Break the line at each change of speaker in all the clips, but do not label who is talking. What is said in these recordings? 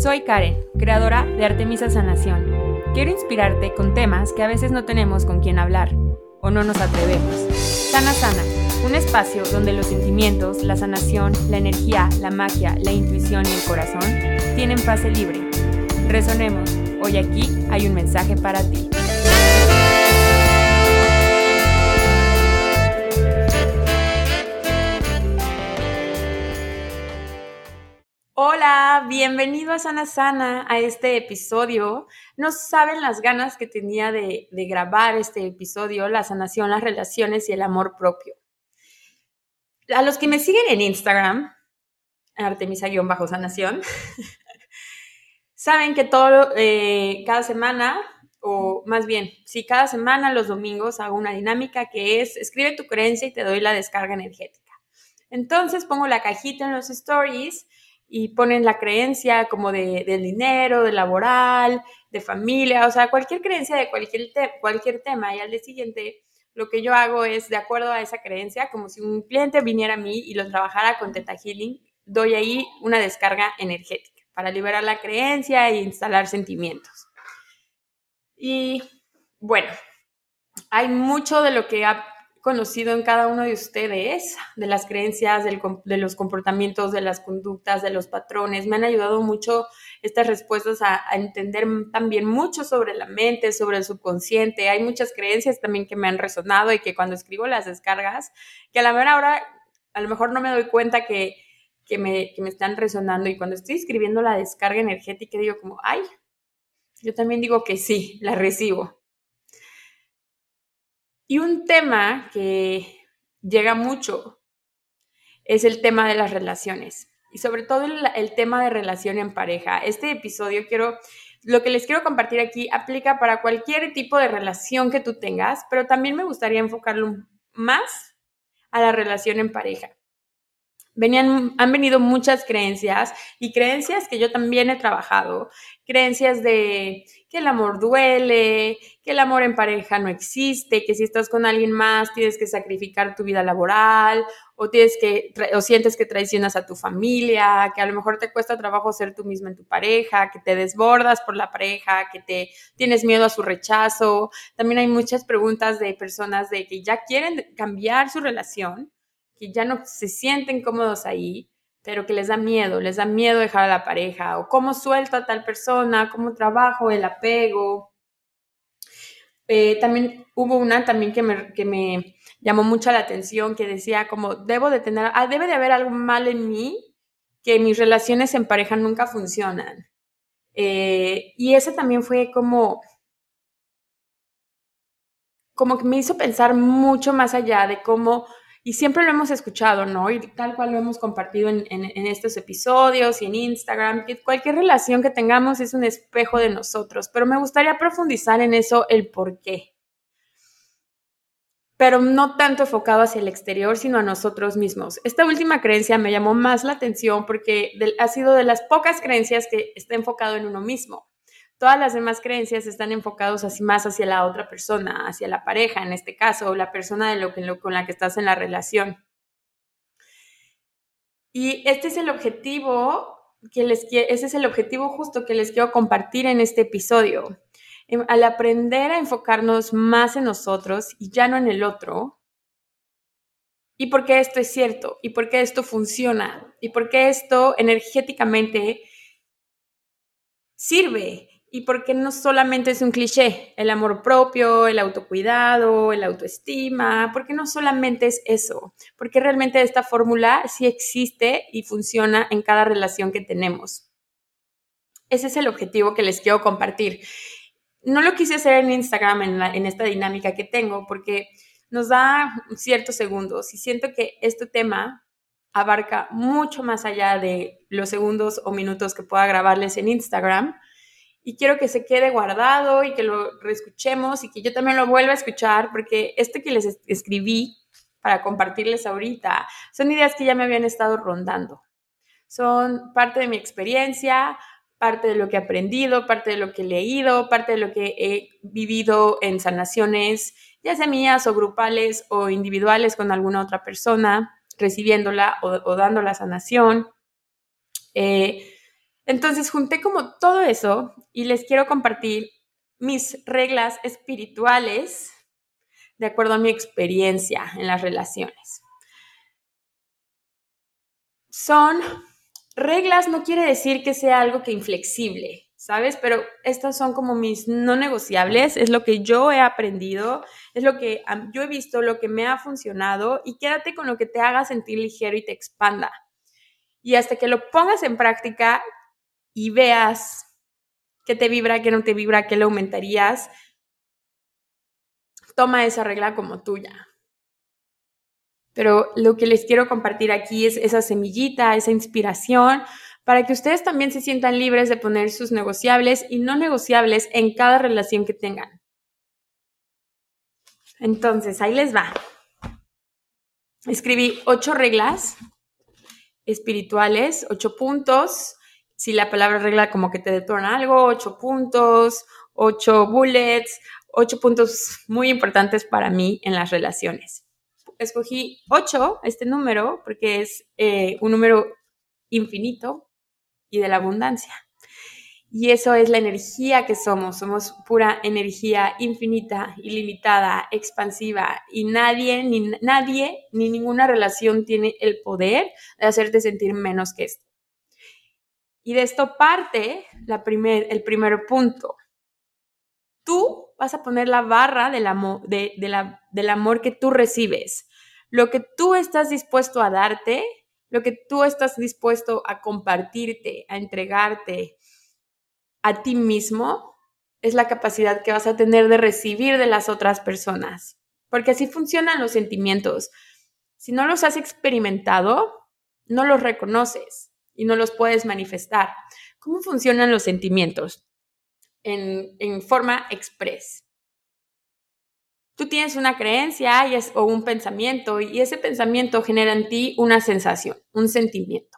Soy Karen, creadora de Artemisa Sanación. Quiero inspirarte con temas que a veces no tenemos con quién hablar o no nos atrevemos. Sana Sana, un espacio donde los sentimientos, la sanación, la energía, la magia, la intuición y el corazón tienen pase libre. Resonemos, hoy aquí hay un mensaje para ti. Hola, bienvenido a Sana Sana, a este episodio. No saben las ganas que tenía de grabar este episodio, la sanación, las relaciones y el amor propio. A los que me siguen en Instagram, Artemisa-sanación, saben que cada semana, o más bien, sí, cada semana los domingos hago una dinámica que es escribe tu creencia y te doy la descarga energética. Entonces pongo la cajita en los stories y ponen la creencia como del dinero, de laboral, de familia, o sea, cualquier creencia de cualquier tema. Y al día siguiente lo que yo hago es, de acuerdo a esa creencia, como si un cliente viniera a mí y lo trabajara con Theta Healing, doy ahí una descarga energética para liberar la creencia e instalar sentimientos. Y bueno, hay mucho de lo que ha conocido en cada uno de ustedes, de las creencias, de los comportamientos, de las conductas, de los patrones. Me han ayudado mucho estas respuestas a entender también mucho sobre la mente, sobre el subconsciente. Hay muchas creencias también que me han resonado y que cuando escribo las descargas, que a la mera hora a lo mejor no me doy cuenta que me están resonando, y cuando estoy escribiendo la descarga energética digo como, ay, yo también digo que sí, la recibo. Y un tema que llega mucho es el tema de las relaciones, y sobre todo el tema de relación en pareja. Este episodio lo que les quiero compartir aquí aplica para cualquier tipo de relación que tú tengas, pero también me gustaría enfocarlo más a la relación en pareja. Han venido muchas creencias, y creencias que yo también he trabajado, creencias de que el amor duele, que el amor en pareja no existe, que si estás con alguien más tienes que sacrificar tu vida laboral, o sientes que traicionas a tu familia, que a lo mejor te cuesta trabajo ser tú misma en tu pareja, que te desbordas por la pareja, que tienes miedo a su rechazo. También hay muchas preguntas de personas de que ya quieren cambiar su relación, que ya no se sienten cómodos ahí, pero que les da miedo dejar a la pareja, o cómo suelto a tal persona, cómo trabajo el apego. También hubo una también que me llamó mucho la atención, que decía como, debe de haber algo mal en mí, que mis relaciones en pareja nunca funcionan. Y ese también fue como que me hizo pensar mucho más allá de cómo, y siempre lo hemos escuchado, ¿no? Y tal cual lo hemos compartido en estos episodios y en Instagram, que cualquier relación que tengamos es un espejo de nosotros, pero me gustaría profundizar en eso, el por qué. Pero no tanto enfocado hacia el exterior, sino a nosotros mismos. Esta última creencia me llamó más la atención porque ha sido de las pocas creencias que está enfocado en uno mismo. Todas las demás creencias están enfocados más hacia la otra persona, hacia la pareja, en este caso, o la persona con la que estás en la relación. Y este es el objetivo ese es el objetivo justo que les quiero compartir en este episodio. Al aprender a enfocarnos más en nosotros y ya no en el otro, y por qué esto es cierto, y por qué esto funciona, y por qué esto energéticamente sirve, y porque no solamente es un cliché, el amor propio, el autocuidado, el autoestima, porque no solamente es eso, porque realmente esta fórmula sí existe y funciona en cada relación que tenemos. Ese es el objetivo que les quiero compartir. No lo quise hacer en Instagram en esta dinámica que tengo, porque nos da ciertos segundos, y siento que este tema abarca mucho más allá de los segundos o minutos que pueda grabarles en Instagram. Y quiero que se quede guardado y que lo reescuchemos y que yo también lo vuelva a escuchar, porque esto que les escribí para compartirles ahorita son ideas que ya me habían estado rondando. Son parte de mi experiencia, parte de lo que he aprendido, parte de lo que he leído, parte de lo que he vivido en sanaciones, ya sea mías o grupales o individuales con alguna otra persona, recibiéndola o dando la sanación. Entonces junté como todo eso y les quiero compartir mis reglas espirituales de acuerdo a mi experiencia en las relaciones. Son reglas, no quiere decir que sea algo que inflexible, ¿sabes? Pero estas son como mis no negociables, es lo que yo he aprendido, es lo que yo he visto, lo que me ha funcionado, y quédate con lo que te haga sentir ligero y te expanda. Y hasta que lo pongas en práctica y veas qué te vibra, qué no te vibra, qué le aumentarías, toma esa regla como tuya. Pero lo que les quiero compartir aquí es esa semillita, esa inspiración, para que ustedes también se sientan libres de poner sus negociables y no negociables en cada relación que tengan. Entonces, ahí les va. Escribí 8 reglas espirituales, 8 puntos. Si la palabra regla como que te detona algo, 8 puntos, 8 bullets, 8 puntos muy importantes para mí en las relaciones. Escogí 8, este número, porque es un número infinito y de la abundancia. Y eso es la energía que somos pura energía infinita, ilimitada, expansiva, y nadie, ni ninguna relación tiene el poder de hacerte sentir menos que esto. Y de esto parte el primer punto. Tú vas a poner la barra del amor que tú recibes. Lo que tú estás dispuesto a darte, lo que tú estás dispuesto a compartirte, a entregarte a ti mismo, es la capacidad que vas a tener de recibir de las otras personas. Porque así funcionan los sentimientos. Si no los has experimentado, no los reconoces y no los puedes manifestar. ¿Cómo funcionan los sentimientos? En forma express. Tú tienes una creencia o un pensamiento, y ese pensamiento genera en ti una sensación, un sentimiento.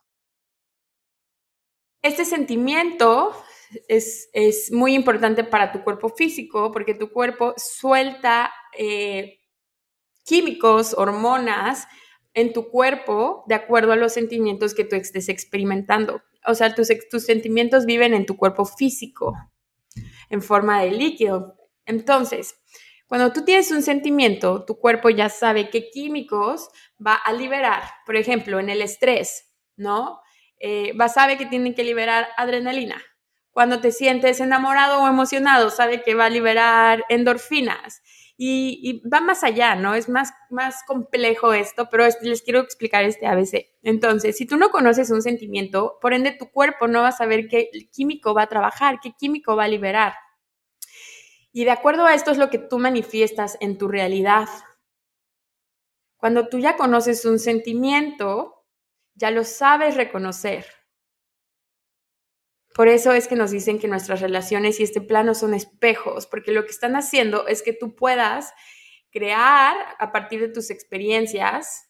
Este sentimiento es muy importante para tu cuerpo físico, porque tu cuerpo suelta químicos, hormonas en tu cuerpo de acuerdo a los sentimientos que tú estés experimentando. O sea, tus sentimientos viven en tu cuerpo físico en forma de líquido. Entonces, cuando tú tienes un sentimiento, tu cuerpo ya sabe qué químicos va a liberar. Por ejemplo, en el estrés, ¿no? Sabe que tiene que liberar adrenalina. Cuando te sientes enamorado o emocionado, sabe que va a liberar endorfinas. Y va más allá, ¿no? Es más complejo esto, pero les quiero explicar este ABC. Entonces, si tú no conoces un sentimiento, por ende tu cuerpo no va a saber qué químico va a trabajar, qué químico va a liberar. Y de acuerdo a esto es lo que tú manifiestas en tu realidad. Cuando tú ya conoces un sentimiento, ya lo sabes reconocer. Por eso es que nos dicen que nuestras relaciones y este plano son espejos, porque lo que están haciendo es que tú puedas crear a partir de tus experiencias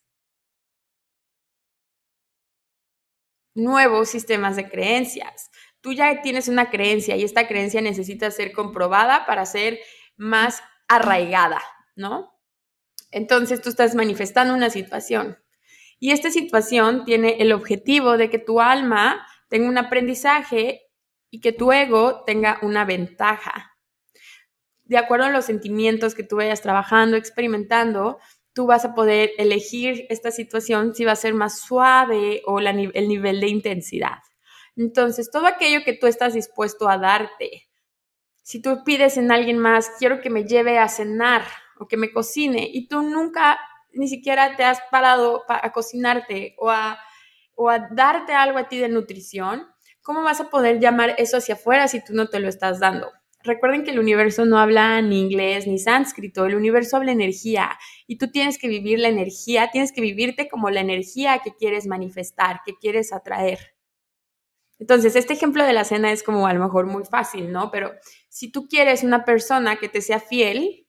nuevos sistemas de creencias. Tú ya tienes una creencia y esta creencia necesita ser comprobada para ser más arraigada, ¿no? Entonces tú estás manifestando una situación y esta situación tiene el objetivo de que tu alma tenga un aprendizaje y que tu ego tenga una ventaja. De acuerdo a los sentimientos que tú vayas trabajando, experimentando, tú vas a poder elegir esta situación si va a ser más suave o el nivel de intensidad. Entonces, todo aquello que tú estás dispuesto a darte, si tú pides en alguien más, quiero que me lleve a cenar o que me cocine, y tú nunca ni siquiera te has parado a cocinarte o a darte algo a ti de nutrición, ¿cómo vas a poder llamar eso hacia afuera si tú no te lo estás dando? Recuerden que el universo no habla ni inglés ni sánscrito, el universo habla energía y tú tienes que vivir la energía, tienes que vivirte como la energía que quieres manifestar, que quieres atraer. Entonces, este ejemplo de la cena es como a lo mejor muy fácil, ¿no? Pero si tú quieres una persona que te sea fiel,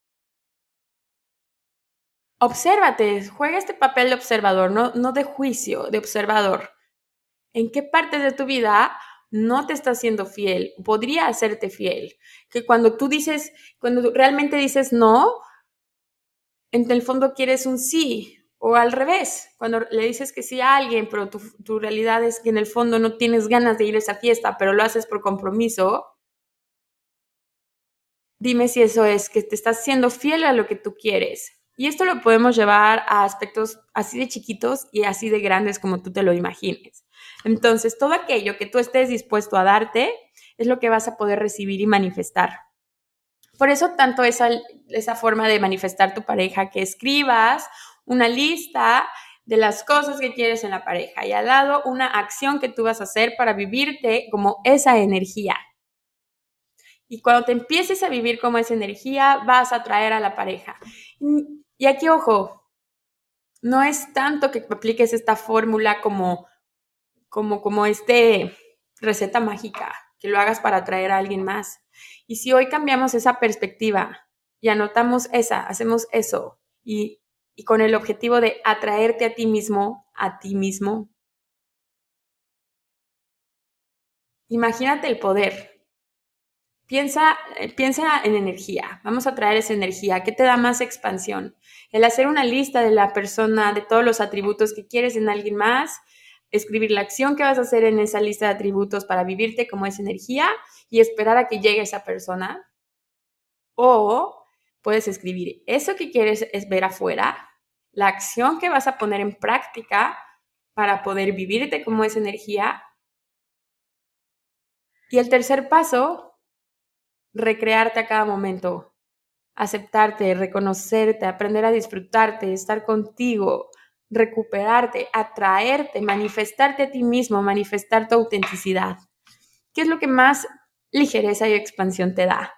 obsérvate, juega este papel de observador, no de juicio, de observador. ¿En qué parte de tu vida no te está siendo fiel? Podría hacerte fiel. Que cuando realmente dices no, en el fondo quieres un sí, O al revés, cuando le dices que sí a alguien, pero tu realidad es que en el fondo no tienes ganas de ir a esa fiesta, pero lo haces por compromiso, dime si eso es que te estás siendo fiel a lo que tú quieres. Y esto lo podemos llevar a aspectos así de chiquitos y así de grandes como tú te lo imagines. Entonces, todo aquello que tú estés dispuesto a darte es lo que vas a poder recibir y manifestar. Por eso tanto esa forma de manifestar tu pareja, que escribas una lista de las cosas que quieres en la pareja y al lado una acción que tú vas a hacer para vivirte como esa energía. Y cuando te empieces a vivir como esa energía, vas a atraer a la pareja. Y aquí, ojo, no es tanto que apliques esta fórmula como receta mágica, que lo hagas para atraer a alguien más. Y si hoy cambiamos esa perspectiva y anotamos hacemos eso y con el objetivo de atraerte a ti mismo, imagínate el poder. Piensa en energía. Vamos a traer esa energía. ¿Qué te da más expansión? El hacer una lista de la persona, de todos los atributos que quieres en alguien más, escribir la acción que vas a hacer en esa lista de atributos para vivirte como esa energía y esperar a que llegue esa persona. O puedes escribir eso que quieres es ver afuera, la acción que vas a poner en práctica para poder vivirte como esa energía. Y el tercer paso, recrearte a cada momento, aceptarte, reconocerte, aprender a disfrutarte, estar contigo, recuperarte, atraerte, manifestarte a ti mismo, manifestar tu autenticidad. ¿Qué es lo que más ligereza y expansión te da?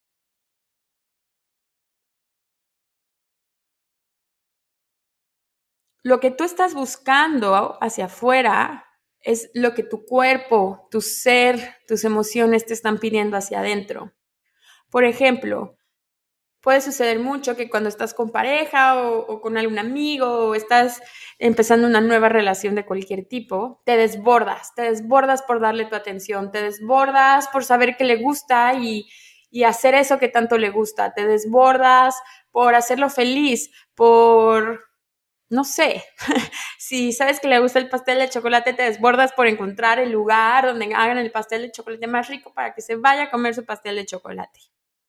Lo que tú estás buscando hacia afuera es lo que tu cuerpo, tu ser, tus emociones te están pidiendo hacia adentro. Por ejemplo, puede suceder mucho que cuando estás con pareja o con algún amigo o estás empezando una nueva relación de cualquier tipo, te desbordas por darle tu atención, te desbordas por saber que le gusta y hacer eso que tanto le gusta, te desbordas por hacerlo feliz, por, no sé, si sabes que le gusta el pastel de chocolate, te desbordas por encontrar el lugar donde hagan el pastel de chocolate más rico para que se vaya a comer su pastel de chocolate.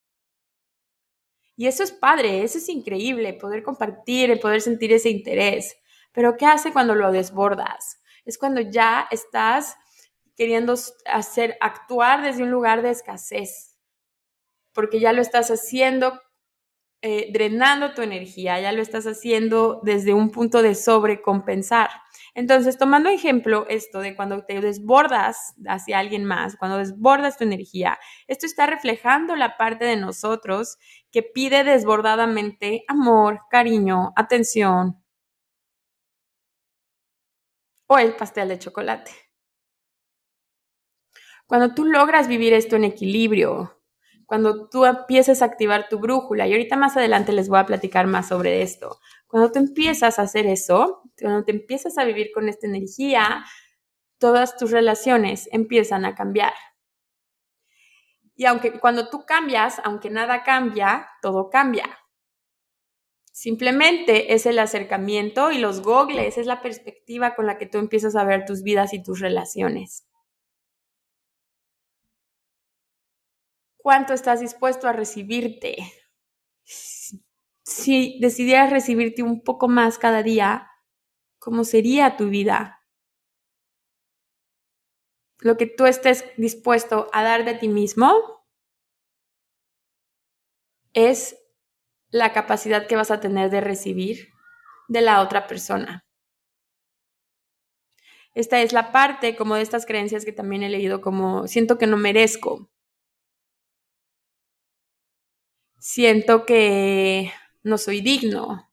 Y eso es padre, eso es increíble, poder compartir, el poder sentir ese interés. Pero ¿qué hace cuando lo desbordas? Es cuando ya estás queriendo actuar desde un lugar de escasez, porque ya lo estás haciendo drenando tu energía, ya lo estás haciendo desde un punto de sobrecompensar. Entonces, tomando ejemplo esto de cuando te desbordas hacia alguien más, cuando desbordas tu energía, esto está reflejando la parte de nosotros que pide desbordadamente amor, cariño, atención o el pastel de chocolate. Cuando tú logras vivir esto en equilibrio, cuando tú empiezas a activar tu brújula, y ahorita más adelante les voy a platicar más sobre esto, cuando tú empiezas a hacer eso, cuando te empiezas a vivir con esta energía, todas tus relaciones empiezan a cambiar. Y aunque cuando tú cambias, aunque nada cambia, todo cambia. Simplemente es el acercamiento y los gogles, es la perspectiva con la que tú empiezas a ver tus vidas y tus relaciones. ¿Cuánto estás dispuesto a recibirte? Si decidieras recibirte un poco más cada día, ¿cómo sería tu vida? Lo que tú estés dispuesto a dar de ti mismo es la capacidad que vas a tener de recibir de la otra persona. Esta es la parte como de estas creencias que también he leído como siento que no merezco. Siento que no soy digno.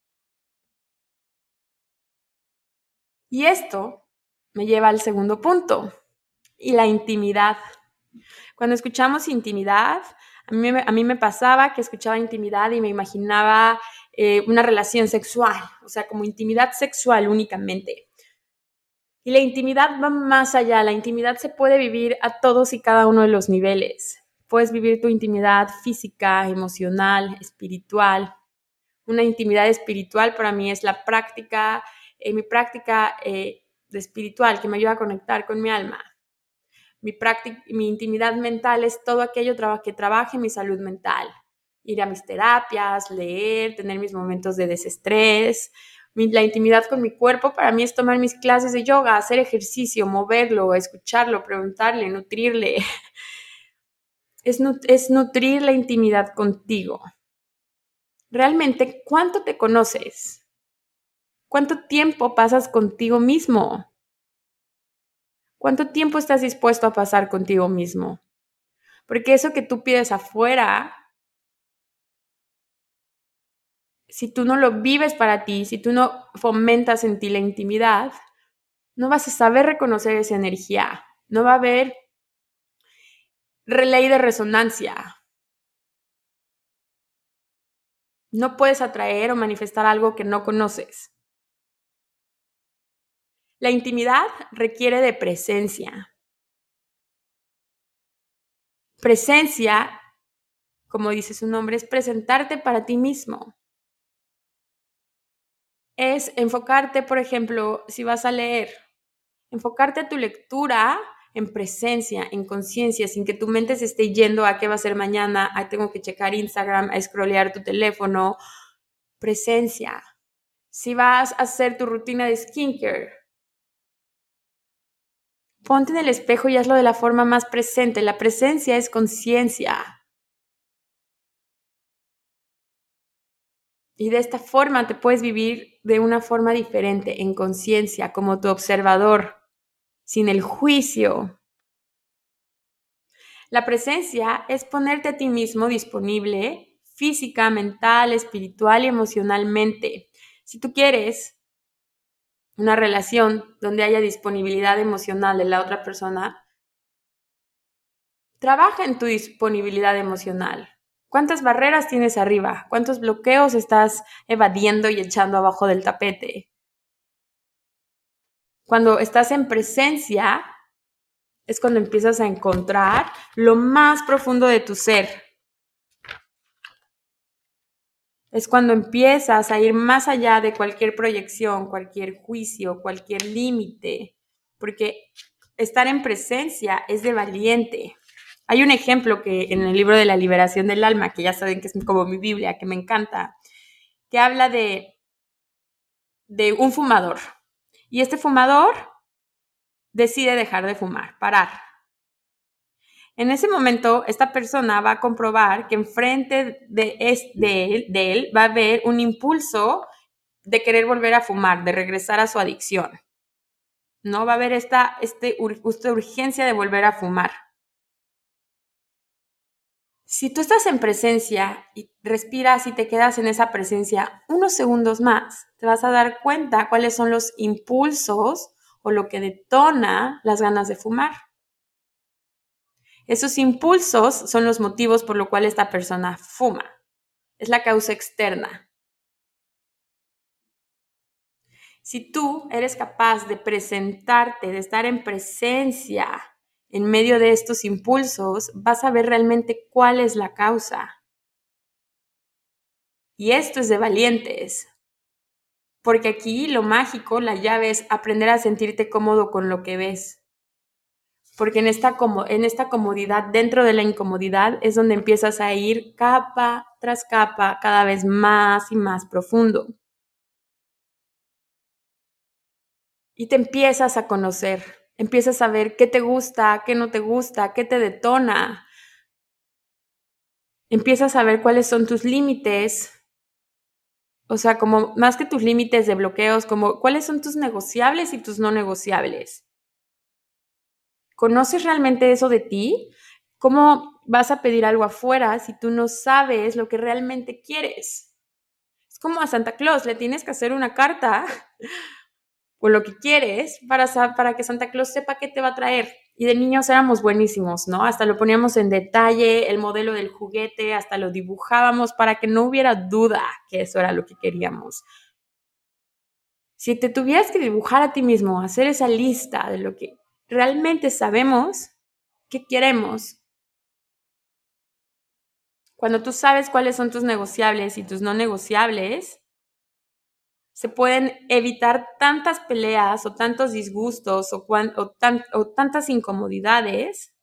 Y esto me lleva al segundo punto, y la intimidad. Cuando escuchamos intimidad, a mí me pasaba que escuchaba intimidad y me imaginaba una relación sexual, o sea, como intimidad sexual únicamente. Y la intimidad va más allá, la intimidad se puede vivir a todos y cada uno de los niveles. Puedes vivir tu intimidad física, emocional, espiritual. Una intimidad espiritual para mí es la práctica, mi práctica de espiritual que me ayuda a conectar con mi alma. Mi intimidad mental es todo aquello que trabaje mi salud mental. Ir a mis terapias, leer, tener mis momentos de desestrés. La intimidad con mi cuerpo para mí es tomar mis clases de yoga, hacer ejercicio, moverlo, escucharlo, preguntarle, nutrirle. Es nutrir la intimidad contigo. Realmente, ¿cuánto te conoces? ¿Cuánto tiempo pasas contigo mismo? ¿Cuánto tiempo estás dispuesto a pasar contigo mismo? Porque eso que tú pides afuera, si tú no lo vives para ti, si tú no fomentas en ti la intimidad, no vas a saber reconocer esa energía. No va a haber ley de resonancia. No puedes atraer o manifestar algo que no conoces. La intimidad requiere de presencia. Presencia, como dice su nombre, es presentarte para ti mismo. Es enfocarte, por ejemplo, si vas a leer, enfocarte a tu lectura en presencia, en conciencia, sin que tu mente se esté yendo a qué va a ser mañana, a tengo que checar Instagram, a scrollear tu teléfono. Presencia. Si vas a hacer tu rutina de skincare, ponte en el espejo y hazlo de la forma más presente. La presencia es conciencia. Y de esta forma te puedes vivir de una forma diferente, en conciencia, como tu observador, sin el juicio. La presencia es ponerte a ti mismo disponible física, mental, espiritual y emocionalmente. Si tú quieres una relación donde haya disponibilidad emocional de la otra persona, trabaja en tu disponibilidad emocional. ¿Cuántas barreras tienes arriba? ¿Cuántos bloqueos estás evadiendo y echando abajo del tapete? Cuando estás en presencia, es cuando empiezas a encontrar lo más profundo de tu ser. Es cuando empiezas a ir más allá de cualquier proyección, cualquier juicio, cualquier límite, porque estar en presencia es de valiente. Hay un ejemplo que en el libro de la liberación del alma, que ya saben que es como mi Biblia, que me encanta, que habla de un fumador. Y este fumador decide dejar de fumar, parar. En ese momento, esta persona va a comprobar que enfrente de él va a haber un impulso de querer volver a fumar, de regresar a su adicción. ¿No? Va a haber esta urgencia de volver a fumar. Si tú estás en presencia y respiras y te quedas en esa presencia unos segundos más, te vas a dar cuenta cuáles son los impulsos o lo que detona las ganas de fumar. Esos impulsos son los motivos por los cuales esta persona fuma. Es la causa externa. Si tú eres capaz de presentarte, de estar en presencia en medio de estos impulsos, vas a ver realmente cuál es la causa. Y esto es de valientes. Porque aquí lo mágico, la llave es aprender a sentirte cómodo con lo que ves. Porque en esta comodidad, dentro de la incomodidad, es donde empiezas a ir capa tras capa, cada vez más y más profundo. Y te empiezas a conocer, empiezas a ver qué te gusta, qué no te gusta, qué te detona. Empiezas a ver cuáles son tus límites. O sea, como más que tus límites de bloqueos, como cuáles son tus negociables y tus no negociables. ¿Conoces realmente eso de ti? ¿Cómo vas a pedir algo afuera si tú no sabes lo que realmente quieres? Es como a Santa Claus, le tienes que hacer una carta o lo que quieres para que Santa Claus sepa qué te va a traer. Y de niños éramos buenísimos, ¿no? Hasta lo poníamos en detalle, el modelo del juguete, hasta lo dibujábamos para que no hubiera duda que eso era lo que queríamos. Si te tuvieras que dibujar a ti mismo, hacer esa lista de lo que realmente sabemos que queremos, Cuando tú sabes cuáles son tus negociables y tus no negociables, se pueden evitar tantas peleas o tantos disgustos o tantas incomodidades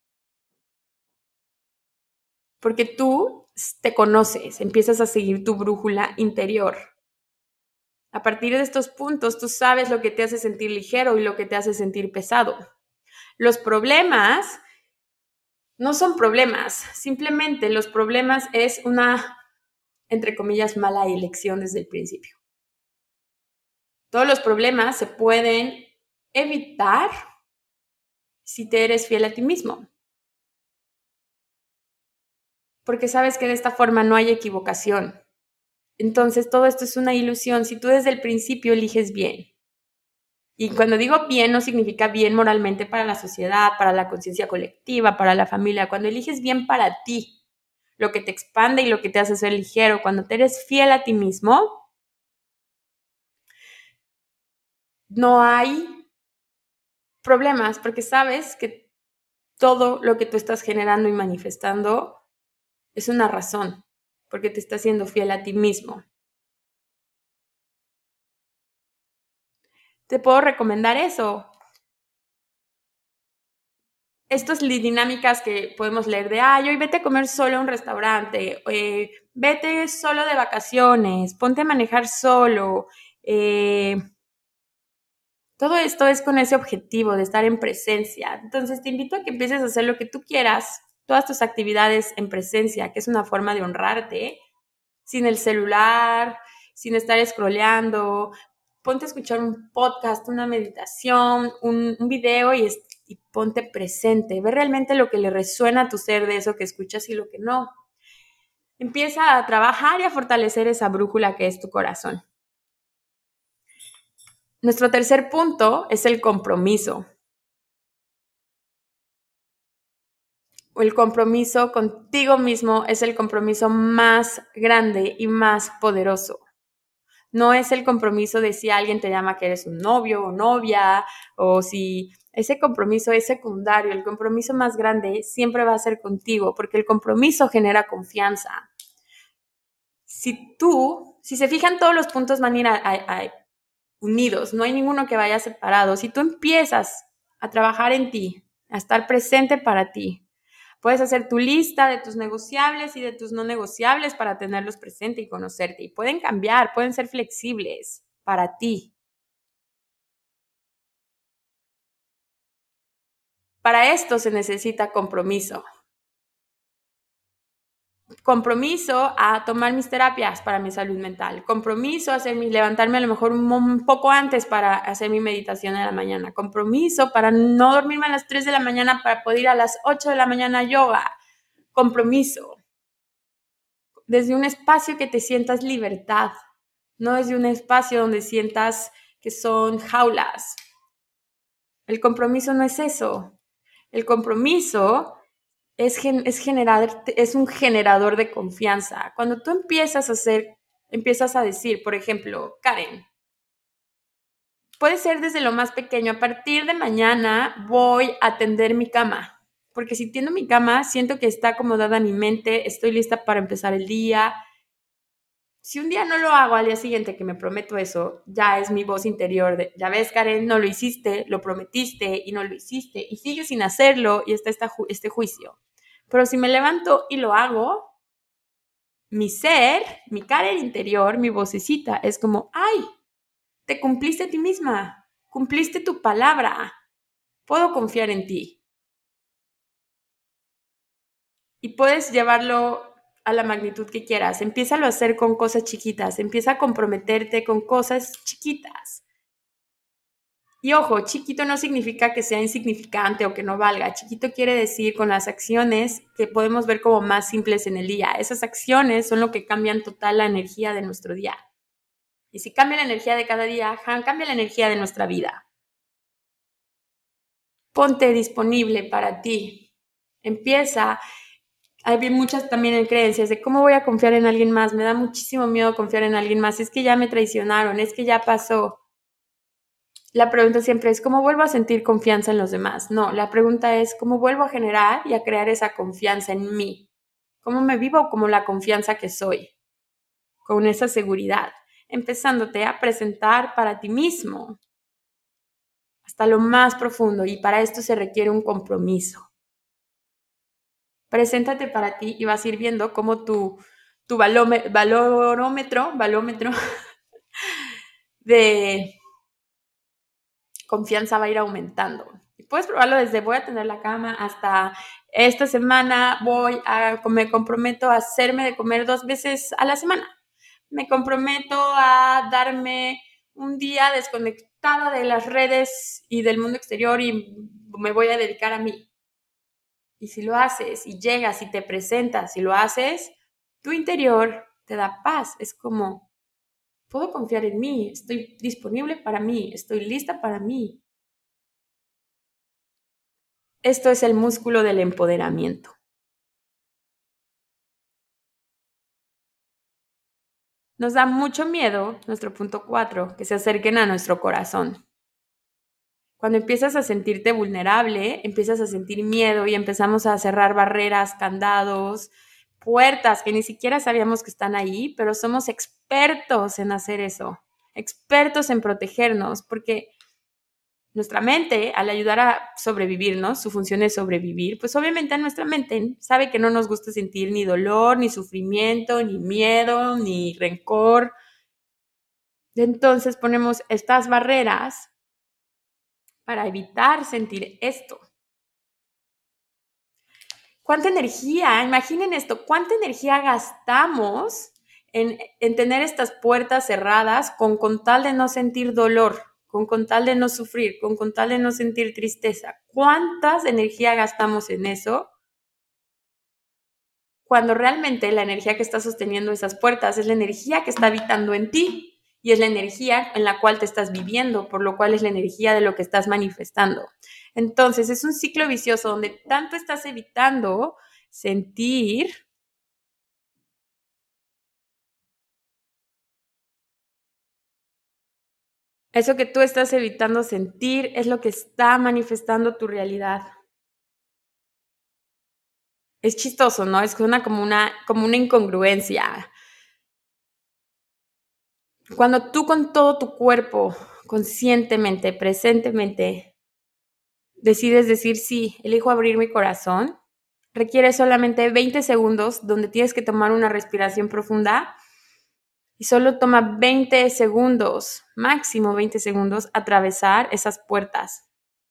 porque tú te conoces, empiezas a seguir tu brújula interior. A partir de estos puntos, tú sabes lo que te hace sentir ligero y lo que te hace sentir pesado. Los problemas no son problemas, simplemente los problemas es una, entre comillas, mala elección desde el principio. Todos los problemas se pueden evitar si te eres fiel a ti mismo. Porque sabes que de esta forma no hay equivocación. Entonces todo esto es una ilusión si tú desde el principio eliges bien. Y cuando digo bien no significa bien moralmente para la sociedad, para la conciencia colectiva, para la familia. Cuando eliges bien para ti, lo que te expande y lo que te hace ser ligero, cuando te eres fiel a ti mismo, no hay problemas porque sabes que todo lo que tú estás generando y manifestando es una razón, porque te estás siendo fiel a ti mismo. Te puedo recomendar eso. Estas dinámicas que podemos leer de, hoy vete a comer solo a un restaurante, vete solo de vacaciones, ponte a manejar solo. Todo esto es con ese objetivo de estar en presencia. Entonces te invito a que empieces a hacer lo que tú quieras, todas tus actividades en presencia, que es una forma de honrarte, sin el celular, sin estar scrolleando. Ponte a escuchar un podcast, una meditación, un video y ponte presente. Ve realmente lo que le resuena a tu ser de eso que escuchas y lo que no. Empieza a trabajar y a fortalecer esa brújula que es tu corazón. Nuestro tercer punto es el compromiso. El compromiso contigo mismo es el compromiso más grande y más poderoso. No es el compromiso de si alguien te llama que eres un novio o novia, o si ese compromiso es secundario. El compromiso más grande siempre va a ser contigo, porque el compromiso genera confianza. Si se fijan, todos los puntos van a ir unidos, no hay ninguno que vaya separado. Si tú empiezas a trabajar en ti, a estar presente para ti, puedes hacer tu lista de tus negociables y de tus no negociables para tenerlos presente y conocerte. Y pueden cambiar, pueden ser flexibles para ti. Para esto se necesita compromiso. Compromiso a tomar mis terapias para mi salud mental. Compromiso a levantarme a lo mejor un poco antes para hacer mi meditación en la mañana. Compromiso para no dormirme a las 3 de la mañana para poder ir a las 8 de la mañana a yoga. Compromiso. Desde un espacio que te sientas libertad, no desde un espacio donde sientas que son jaulas. El compromiso no es eso. El compromiso es un generador de confianza. Cuando tú empiezas a decir, por ejemplo, Karen, puede ser desde lo más pequeño, a partir de mañana voy a tender mi cama. Porque si tiendo mi cama, siento que está acomodada mi mente, estoy lista para empezar el día. Si un día no lo hago al día siguiente, que me prometo eso, ya es mi voz interior de, ya ves, Karen, no lo hiciste, lo prometiste y no lo hiciste, y sigues sin hacerlo y está este juicio. Pero si me levanto y lo hago, mi ser, mi Karen interior, mi vocecita, es como, ¡ay! Te cumpliste a ti misma, cumpliste tu palabra, puedo confiar en ti. Y puedes llevarlo a la magnitud que quieras. Empiézalo a hacer con cosas chiquitas. Empieza a comprometerte con cosas chiquitas. Y ojo, chiquito no significa que sea insignificante o que no valga. Chiquito quiere decir con las acciones que podemos ver como más simples en el día. Esas acciones son lo que cambian total la energía de nuestro día. Y si cambia la energía de cada día, cambia la energía de nuestra vida. Ponte disponible para ti. Empieza. Hay muchas también creencias de cómo voy a confiar en alguien más. Me da muchísimo miedo confiar en alguien más. Es que ya me traicionaron, es que ya pasó. La pregunta siempre es, ¿cómo vuelvo a sentir confianza en los demás? No, la pregunta es, ¿cómo vuelvo a generar y a crear esa confianza en mí? cómo me vivo como la confianza que soy, con esa seguridad, empezándote a presentar para ti mismo hasta lo más profundo, y para esto se requiere un compromiso. Preséntate para ti y vas a ir viendo cómo tu balómetro de confianza va a ir aumentando. Y puedes probarlo desde voy a tener la cama hasta esta semana me comprometo a hacerme de comer 2 veces a la semana. Me comprometo a darme un día desconectada de las redes y del mundo exterior y me voy a dedicar a mí. Y si lo haces y llegas y te presentas y lo haces, tu interior te da paz. Es como, puedo confiar en mí, estoy disponible para mí, estoy lista para mí. Esto es el músculo del empoderamiento. Nos da mucho miedo, nuestro punto 4, que se acerquen a nuestro corazón. Cuando empiezas a sentirte vulnerable, empiezas a sentir miedo y empezamos a cerrar barreras, candados, puertas que ni siquiera sabíamos que están ahí, pero somos expertos en hacer eso, expertos en protegernos, porque nuestra mente, al ayudar a sobrevivirnos, su función es sobrevivir, pues obviamente nuestra mente sabe que no nos gusta sentir ni dolor, ni sufrimiento, ni miedo, ni rencor. Entonces ponemos estas barreras para evitar sentir esto. ¿Cuánta energía? Imaginen esto, ¿cuánta energía gastamos en tener estas puertas cerradas con tal de no sentir dolor, con tal de no sufrir, con tal de no sentir tristeza? ¿Cuántas energía gastamos en eso? Cuando realmente la energía que está sosteniendo esas puertas es la energía que está habitando en ti. Y es la energía en la cual te estás viviendo, por lo cual es la energía de lo que estás manifestando. Entonces, es un ciclo vicioso donde tanto estás evitando sentir eso que tú estás evitando sentir, es lo que está manifestando tu realidad. Es chistoso, ¿no? Es como una incongruencia. Cuando tú con todo tu cuerpo, conscientemente, presentemente, decides decir sí, elijo abrir mi corazón, requiere solamente 20 segundos donde tienes que tomar una respiración profunda y solo toma 20 segundos, máximo 20 segundos, atravesar esas puertas.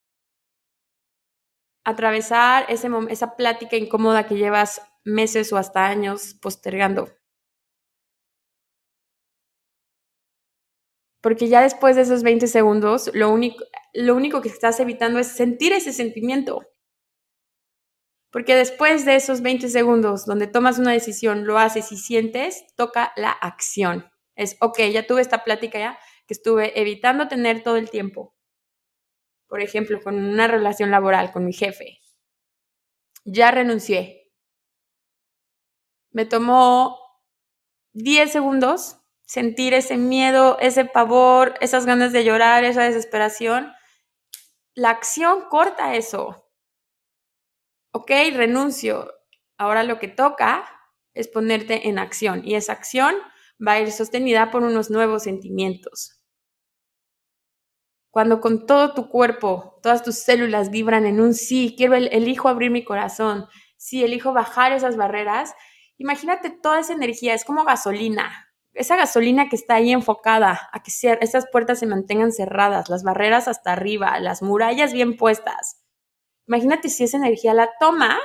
Atravesar esa plática incómoda que llevas meses o hasta años postergando. Porque ya después de esos 20 segundos, lo único que estás evitando es sentir ese sentimiento. Porque después de esos 20 segundos donde tomas una decisión, lo haces y sientes, toca la acción. Es, ok, ya tuve esta plática ya que estuve evitando tener todo el tiempo. Por ejemplo, con una relación laboral con mi jefe. Ya renuncié. Me tomó 10 segundos sentir ese miedo, ese pavor, esas ganas de llorar, esa desesperación. La acción corta eso. Ok, renuncio. Ahora lo que toca es ponerte en acción y esa acción va a ir sostenida por unos nuevos sentimientos. Cuando con todo tu cuerpo, todas tus células vibran en un sí, elijo abrir mi corazón, sí, elijo bajar esas barreras, imagínate toda esa energía, es como gasolina, esa gasolina que está ahí enfocada a que esas puertas se mantengan cerradas, las barreras hasta arriba, las murallas bien puestas. Imagínate si esa energía la tomas,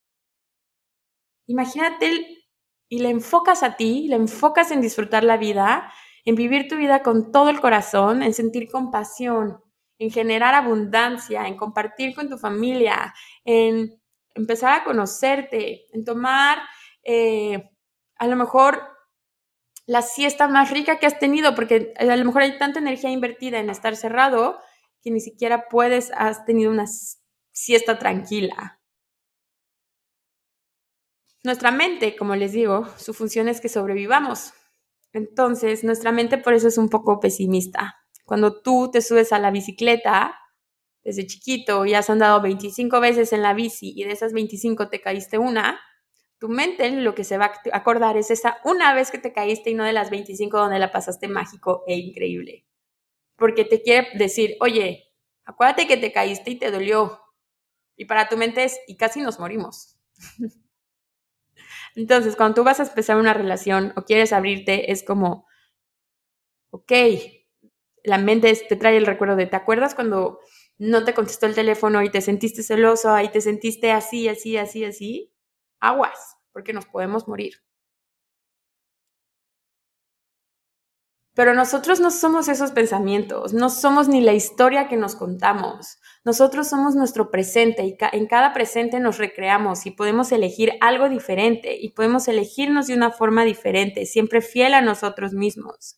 imagínate y la enfocas a ti, la enfocas en disfrutar la vida, en vivir tu vida con todo el corazón, en sentir compasión, en generar abundancia, en compartir con tu familia, en empezar a conocerte, en tomar a lo mejor la siesta más rica que has tenido, porque a lo mejor hay tanta energía invertida en estar cerrado que ni siquiera has tenido una siesta tranquila. Nuestra mente, como les digo, su función es que sobrevivamos. Entonces, nuestra mente por eso es un poco pesimista. Cuando tú te subes a la bicicleta desde chiquito y has andado 25 veces en la bici y de esas 25 te caíste una, Tu mente lo que se va a acordar es esa una vez que te caíste y no de las 25 donde la pasaste mágico e increíble. Porque te quiere decir, oye, acuérdate que te caíste y te dolió. Y para tu mente es, y casi nos morimos. Entonces, cuando tú vas a empezar una relación o quieres abrirte, es como, ok, la mente te trae el recuerdo de, ¿te acuerdas cuando no te contestó el teléfono y te sentiste celoso y te sentiste así, así, así, así? Aguas, porque nos podemos morir. Pero nosotros no somos esos pensamientos, no somos ni la historia que nos contamos. Nosotros somos nuestro presente y en cada presente nos recreamos y podemos elegir algo diferente y podemos elegirnos de una forma diferente, siempre fiel a nosotros mismos.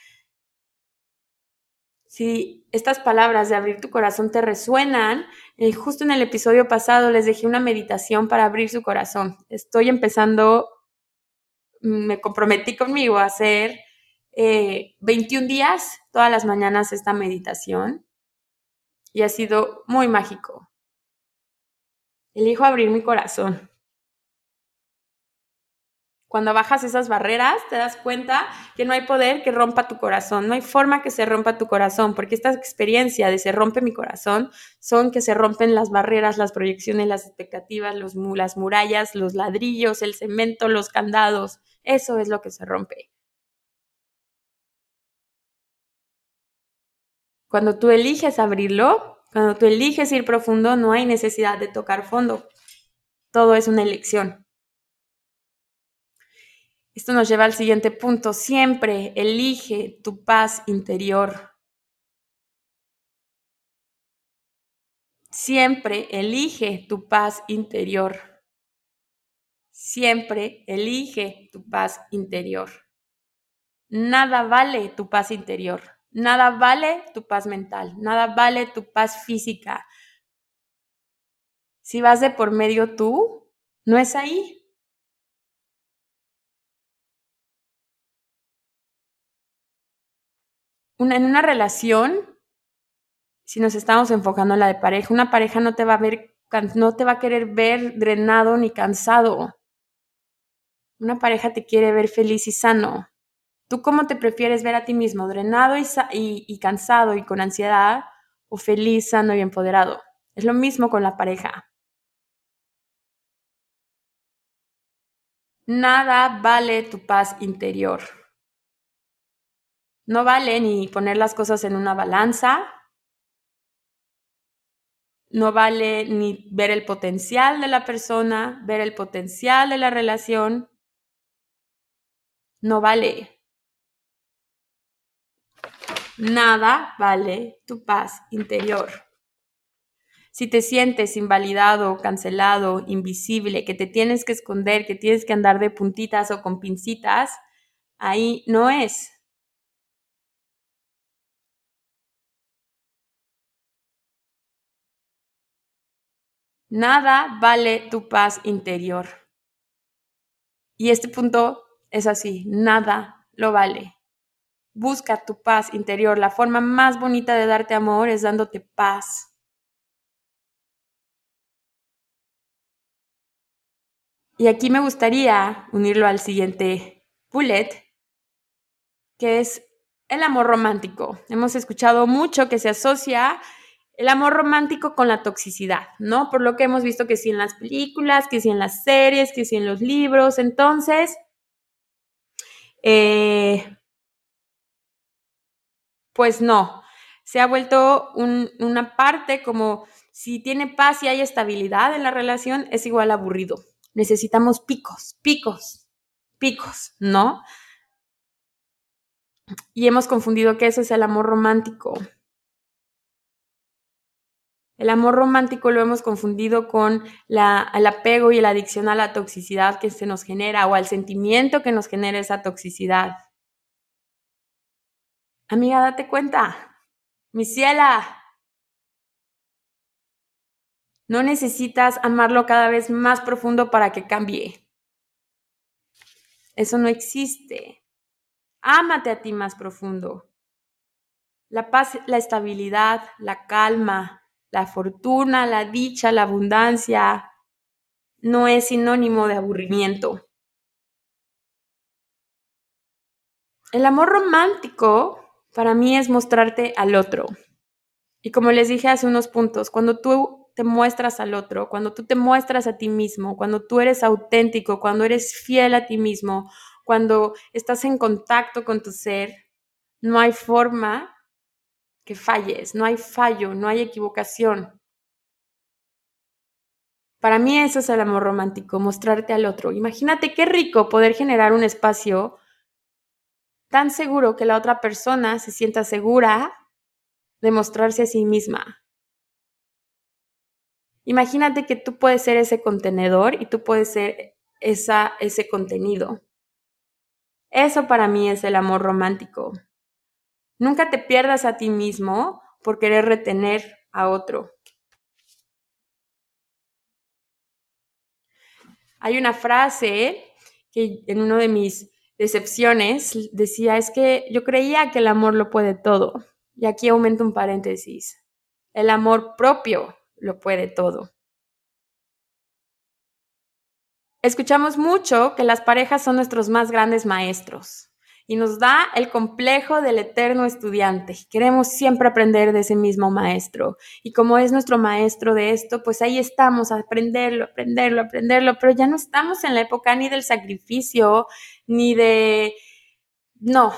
Si estas palabras de abrir tu corazón te resuenan, justo en el episodio pasado les dejé una meditación para abrir su corazón. Estoy empezando, me comprometí conmigo a hacer 21 días, todas las mañanas esta meditación y ha sido muy mágico. Elijo abrir mi corazón. Cuando bajas esas barreras, te das cuenta que no hay poder que rompa tu corazón, no hay forma que se rompa tu corazón, porque esta experiencia de se rompe mi corazón son que se rompen las barreras, las proyecciones, las expectativas, las murallas, los ladrillos, el cemento, los candados. Eso es lo que se rompe. Cuando tú eliges abrirlo, cuando tú eliges ir profundo, no hay necesidad de tocar fondo. Todo es una elección. Esto nos lleva al siguiente punto. Siempre elige tu paz interior. Siempre elige tu paz interior. Siempre elige tu paz interior. Nada vale tu paz interior. Nada vale tu paz mental. Nada vale tu paz física. Si vas de por medio tú, no es ahí. En una relación, si nos estamos enfocando en la de pareja, una pareja no te va a querer ver drenado ni cansado. Una pareja te quiere ver feliz y sano. ¿Tú cómo te prefieres ver a ti mismo? ¿Drenado y cansado y con ansiedad? ¿O feliz, sano y empoderado? Es lo mismo con la pareja. Nada vale tu paz interior. No vale ni poner las cosas en una balanza. No vale ni ver el potencial de la persona, ver el potencial de la relación. No vale. Nada vale tu paz interior. Si te sientes invalidado, cancelado, invisible, que te tienes que esconder, que tienes que andar de puntitas o con pincitas, ahí no es. Nada vale tu paz interior. Y este punto es así, nada lo vale. Busca tu paz interior. La forma más bonita de darte amor es dándote paz. Y aquí me gustaría unirlo al siguiente bullet, que es el amor romántico. Hemos escuchado mucho que se asocia el amor romántico con la toxicidad, ¿no? Por lo que hemos visto que sí en las películas, que sí en las series, que sí en los libros. Entonces, pues no, se ha vuelto una parte como si tiene paz y hay estabilidad en la relación, es igual a aburrido. Necesitamos picos, picos, picos, ¿no? Y hemos confundido que eso es el amor romántico. El amor romántico lo hemos confundido con el apego y la adicción a la toxicidad que se nos genera o al sentimiento que nos genera esa toxicidad. Amiga, date cuenta, mi ciela, no necesitas amarlo cada vez más profundo para que cambie. Eso no existe. Ámate a ti más profundo. La paz, la estabilidad, la calma, la fortuna, la dicha, la abundancia, no es sinónimo de aburrimiento. El amor romántico para mí es mostrarte al otro. Y como les dije hace unos puntos, cuando tú te muestras al otro, cuando tú te muestras a ti mismo, cuando tú eres auténtico, cuando eres fiel a ti mismo, cuando estás en contacto con tu ser, no hay forma que falles, no hay fallo, no hay equivocación. Para mí eso es el amor romántico, mostrarte al otro. Imagínate qué rico poder generar un espacio tan seguro que la otra persona se sienta segura de mostrarse a sí misma. Imagínate que tú puedes ser ese contenedor y tú puedes ser ese contenido. Eso para mí es el amor romántico. Nunca te pierdas a ti mismo por querer retener a otro. Hay una frase que en una de mis decepciones decía, es que yo creía que el amor lo puede todo. Y aquí aumento un paréntesis. El amor propio lo puede todo. Escuchamos mucho que las parejas son nuestros más grandes maestros y nos da el complejo del eterno estudiante. Queremos siempre aprender de ese mismo maestro y como es nuestro maestro de esto, pues ahí estamos a aprenderlo, pero ya no estamos en la época ni del sacrificio, ni de... No.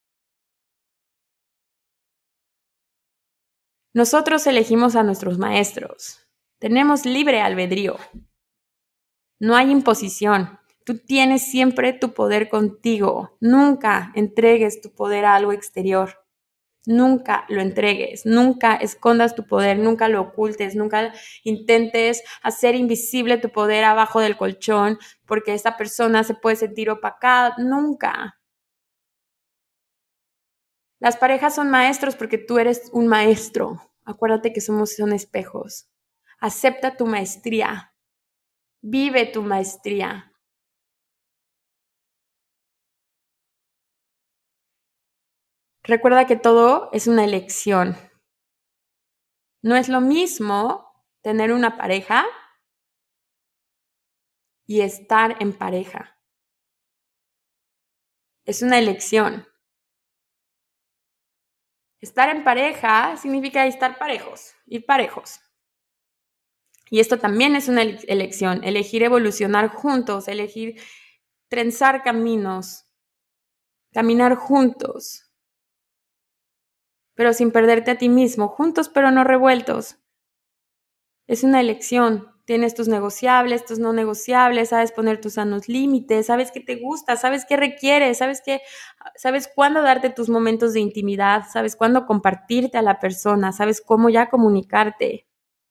Nosotros elegimos a nuestros maestros. Tenemos libre albedrío. No hay imposición. Tú tienes siempre tu poder contigo. Nunca entregues tu poder a algo exterior. Nunca lo entregues. Nunca escondas tu poder. Nunca lo ocultes. Nunca intentes hacer invisible tu poder abajo del colchón porque esa persona se puede sentir opacada. Nunca. Las parejas son maestros porque tú eres un maestro. Acuérdate que son espejos. Acepta tu maestría. Vive tu maestría. Recuerda que todo es una elección. No es lo mismo tener una pareja y estar en pareja. Es una elección. Estar en pareja significa estar parejos, ir parejos. Y esto también es una elección, elegir evolucionar juntos, elegir trenzar caminos, caminar juntos, pero sin perderte a ti mismo, juntos pero no revueltos. Es una elección. Tienes tus negociables, tus no negociables, sabes poner tus sanos límites, sabes qué te gusta, sabes qué requieres, sabes cuándo darte tus momentos de intimidad, sabes cuándo compartirte a la persona, sabes cómo ya comunicarte.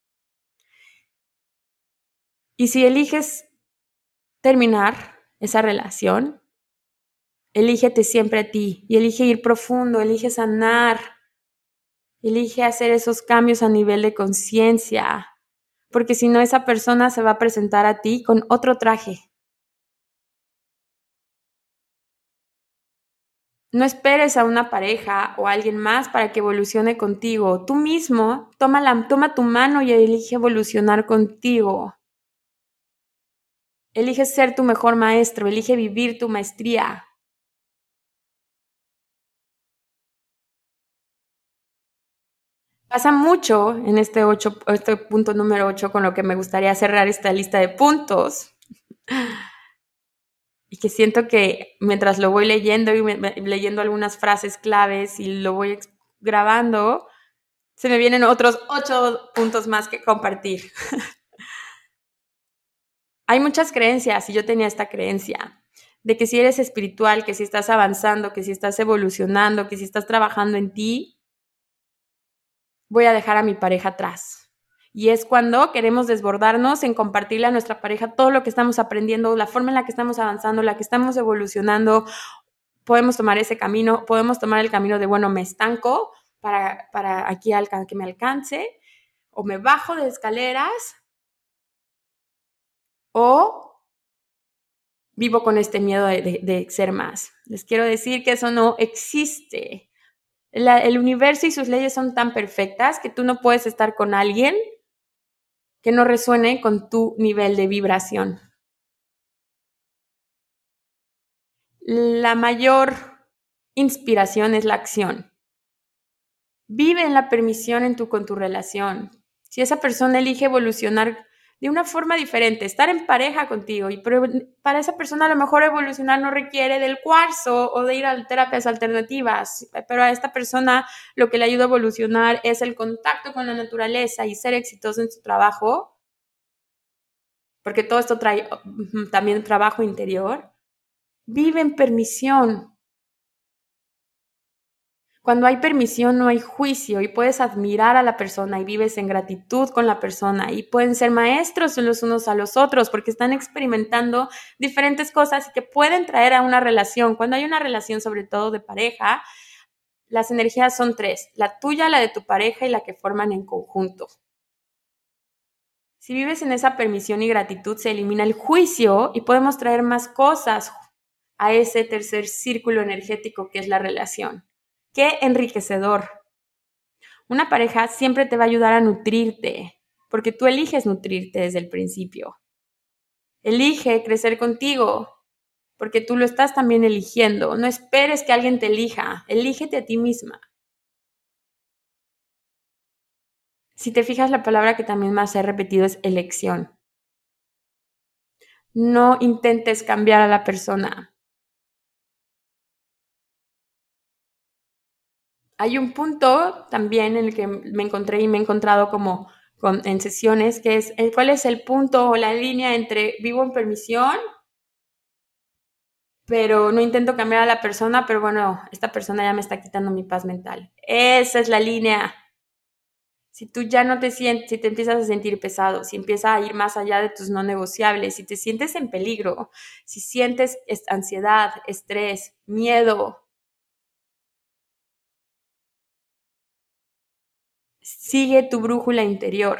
Y si eliges terminar esa relación, elígete siempre a ti y elige ir profundo, elige sanar, elige hacer esos cambios a nivel de conciencia, porque si no esa persona se va a presentar a ti con otro traje. No esperes a una pareja o a alguien más para que evolucione contigo. Tú mismo toma tu mano y elige evolucionar contigo. Elige ser tu mejor maestro, elige vivir tu maestría. Pasa mucho en este punto número 8 con lo que me gustaría cerrar esta lista de puntos. Y que siento que mientras lo voy leyendo y leyendo algunas frases claves y lo voy grabando, se me vienen otros 8 puntos más que compartir. Hay muchas creencias y yo tenía esta creencia de que si eres espiritual, que si estás avanzando, que si estás evolucionando, que si estás trabajando en ti, voy a dejar a mi pareja atrás. Y es cuando queremos desbordarnos en compartirle a nuestra pareja todo lo que estamos aprendiendo, la forma en la que estamos avanzando, la que estamos evolucionando. Podemos tomar ese camino, podemos tomar el camino de, bueno, me estanco para aquí que me alcance, o me bajo de escaleras, o vivo con este miedo de ser más. Les quiero decir que eso no existe. El universo y sus leyes son tan perfectas que tú no puedes estar con alguien que no resuene con tu nivel de vibración. La mayor inspiración es la acción. Vive en la permisión con tu relación. Si esa persona elige evolucionar de una forma diferente, estar en pareja contigo, pero para esa persona a lo mejor evolucionar no requiere del cuarzo o de ir a terapias alternativas, pero a esta persona lo que le ayuda a evolucionar es el contacto con la naturaleza y ser exitoso en su trabajo, porque todo esto trae también trabajo interior. Vive en permisión. Cuando hay permisión no hay juicio y puedes admirar a la persona y vives en gratitud con la persona y pueden ser maestros los unos a los otros porque están experimentando diferentes cosas que pueden traer a una relación. Cuando hay una relación, sobre todo de pareja, las energías son 3, la tuya, la de tu pareja y la que forman en conjunto. Si vives en esa permisión y gratitud, se elimina el juicio y podemos traer más cosas a ese tercer círculo energético que es la relación. ¡Qué enriquecedor! Una pareja siempre te va a ayudar a nutrirte, porque tú eliges nutrirte desde el principio. Elige crecer contigo, porque tú lo estás también eligiendo. No esperes que alguien te elija, elígete a ti misma. Si te fijas, la palabra que también más he repetido es elección. No intentes cambiar a la persona. Hay un punto también en el que me encontré y me he encontrado como en sesiones, que es cuál es el punto o la línea entre vivo en permisión, pero no intento cambiar a la persona, pero bueno, esta persona ya me está quitando mi paz mental. Esa es la línea. Si tú ya no te sientes, si te empiezas a sentir pesado, si empieza a ir más allá de tus no negociables, si te sientes en peligro, si sientes ansiedad, estrés, miedo, sigue tu brújula interior.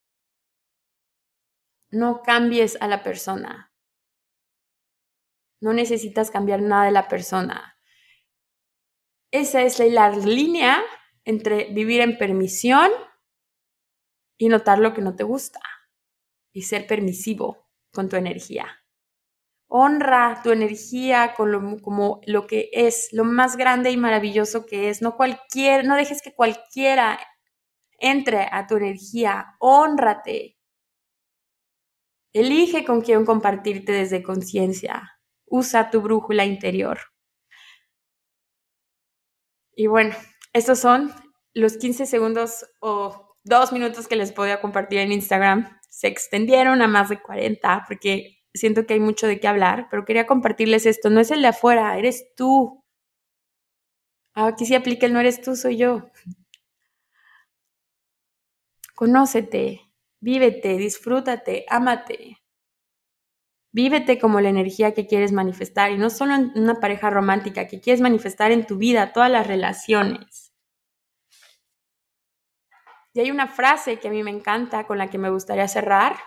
No cambies a la persona. No necesitas cambiar nada de la persona. Esa es la línea entre vivir en permisión y notar lo que no te gusta y ser permisivo con tu energía. Honra tu energía como lo que es, lo más grande y maravilloso que es. No dejes que cualquiera entre a tu energía. Hónrate. Elige con quién compartirte desde conciencia. Usa tu brújula interior. Y bueno, estos son los 15 segundos o 2 minutos que les podía compartir en Instagram. Se extendieron a más de 40 porque siento que hay mucho de qué hablar, pero quería compartirles esto. No es el de afuera, eres tú. Aquí sí aplica el no eres tú, soy yo. Conócete, vívete, disfrútate, ámate. Vívete como la energía que quieres manifestar y no solo en una pareja romántica, que quieres manifestar en tu vida, todas las relaciones. Y hay una frase que a mí me encanta, con la que me gustaría cerrar.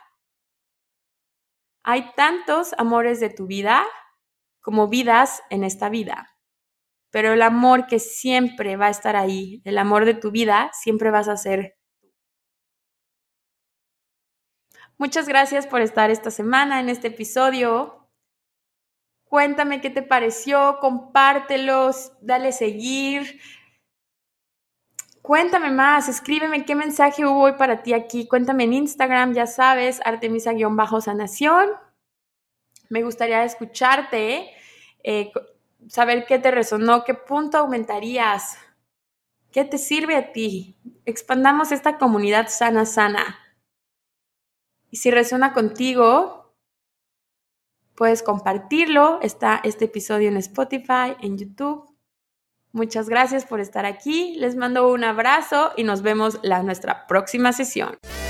Hay tantos amores de tu vida como vidas en esta vida. Pero el amor que siempre va a estar ahí, el amor de tu vida, siempre vas a ser. Muchas gracias por estar esta semana en este episodio. Cuéntame qué te pareció, compártelos, dale seguir. Cuéntame más, escríbeme qué mensaje hubo hoy para ti aquí. Cuéntame en Instagram, ya sabes, Artemisa_sanación. Me gustaría escucharte, saber qué te resonó, qué punto aumentarías, qué te sirve a ti. Expandamos esta comunidad sana. Y si resuena contigo, puedes compartirlo. Está este episodio en Spotify, en YouTube. Muchas gracias por estar aquí. Les mando un abrazo y nos vemos en nuestra próxima sesión.